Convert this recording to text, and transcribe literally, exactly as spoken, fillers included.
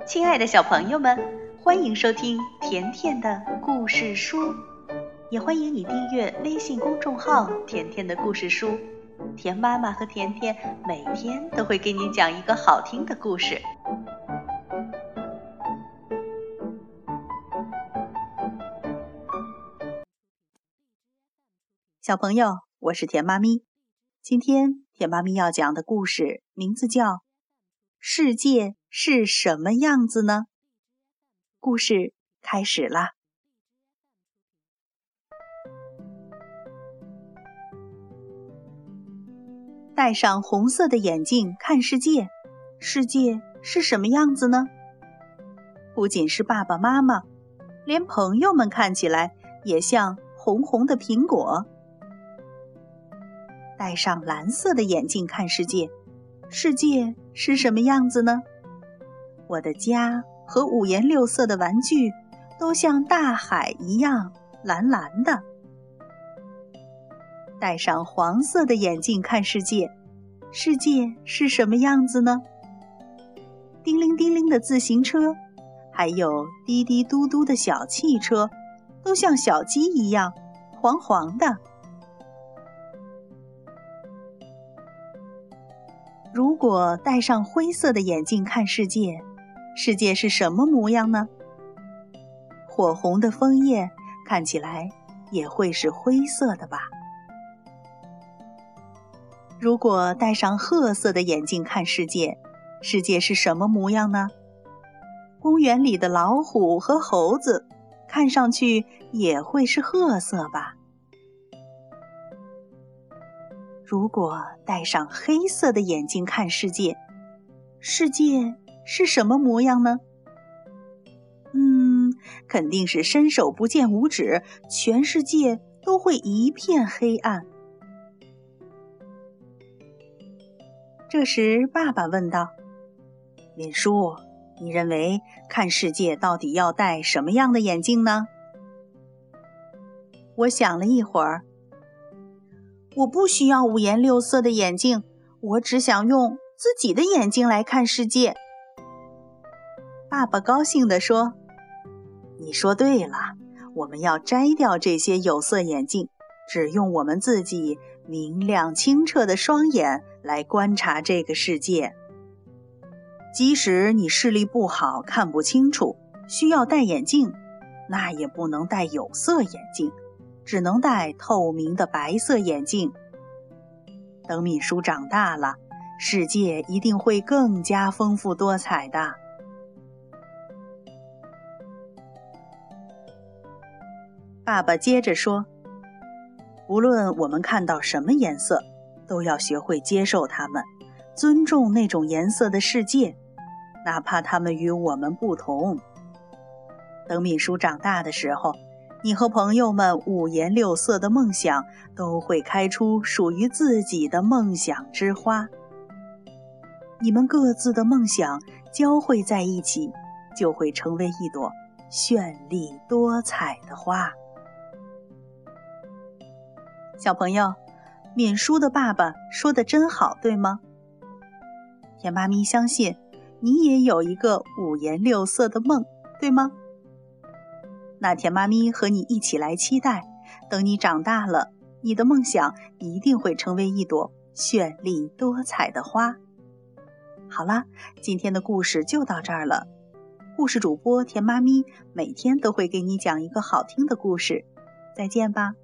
亲爱的小朋友们，欢迎收听甜甜的故事书，也欢迎你订阅微信公众号甜甜的故事书。甜妈妈和甜甜每天都会给你讲一个好听的故事。小朋友，我是甜妈咪。今天甜妈咪要讲的故事名字叫《世界是什么样子呢》。故事开始啦！戴上红色的眼镜看世界，世界是什么样子呢？不仅是爸爸妈妈，连朋友们看起来也像红红的苹果。戴上蓝色的眼镜看世界，世界是什么样子呢？我的家和五颜六色的玩具都像大海一样蓝蓝的。戴上黄色的眼镜看世界，世界是什么样子呢？叮铃叮铃的自行车，还有滴滴嘟嘟的小汽车，都像小鸡一样黄黄的。如果戴上灰色的眼镜看世界，世界是什么模样呢？火红的枫叶看起来也会是灰色的吧？如果戴上褐色的眼镜看世界，世界是什么模样呢？公园里的老虎和猴子看上去也会是褐色吧？如果戴上黑色的眼镜看世界，世界是什么模样呢？嗯，肯定是伸手不见五指，全世界都会一片黑暗。这时爸爸问道：敏叔，你认为看世界到底要戴什么样的眼镜呢？我想了一会儿，我不需要五颜六色的眼镜，我只想用自己的眼睛来看世界。爸爸高兴地说：你说对了，我们要摘掉这些有色眼镜，只用我们自己明亮清澈的双眼来观察这个世界。即使你视力不好，看不清楚，需要戴眼镜，那也不能戴有色眼镜，只能戴透明的白色眼镜。等敏叔长大了，世界一定会更加丰富多彩的。爸爸接着说，无论我们看到什么颜色，都要学会接受它们，尊重那种颜色的世界，哪怕它们与我们不同。等敏叔长大的时候，你和朋友们五颜六色的梦想都会开出属于自己的梦想之花。你们各自的梦想交汇在一起，就会成为一朵绚丽多彩的花。小朋友，敏叔的爸爸说得真好，对吗？甜妈咪相信你也有一个五颜六色的梦，对吗？那甜妈咪和你一起来期待，等你长大了，你的梦想一定会成为一朵绚丽多彩的花。好啦，今天的故事就到这儿了。故事主播甜妈咪每天都会给你讲一个好听的故事，再见吧。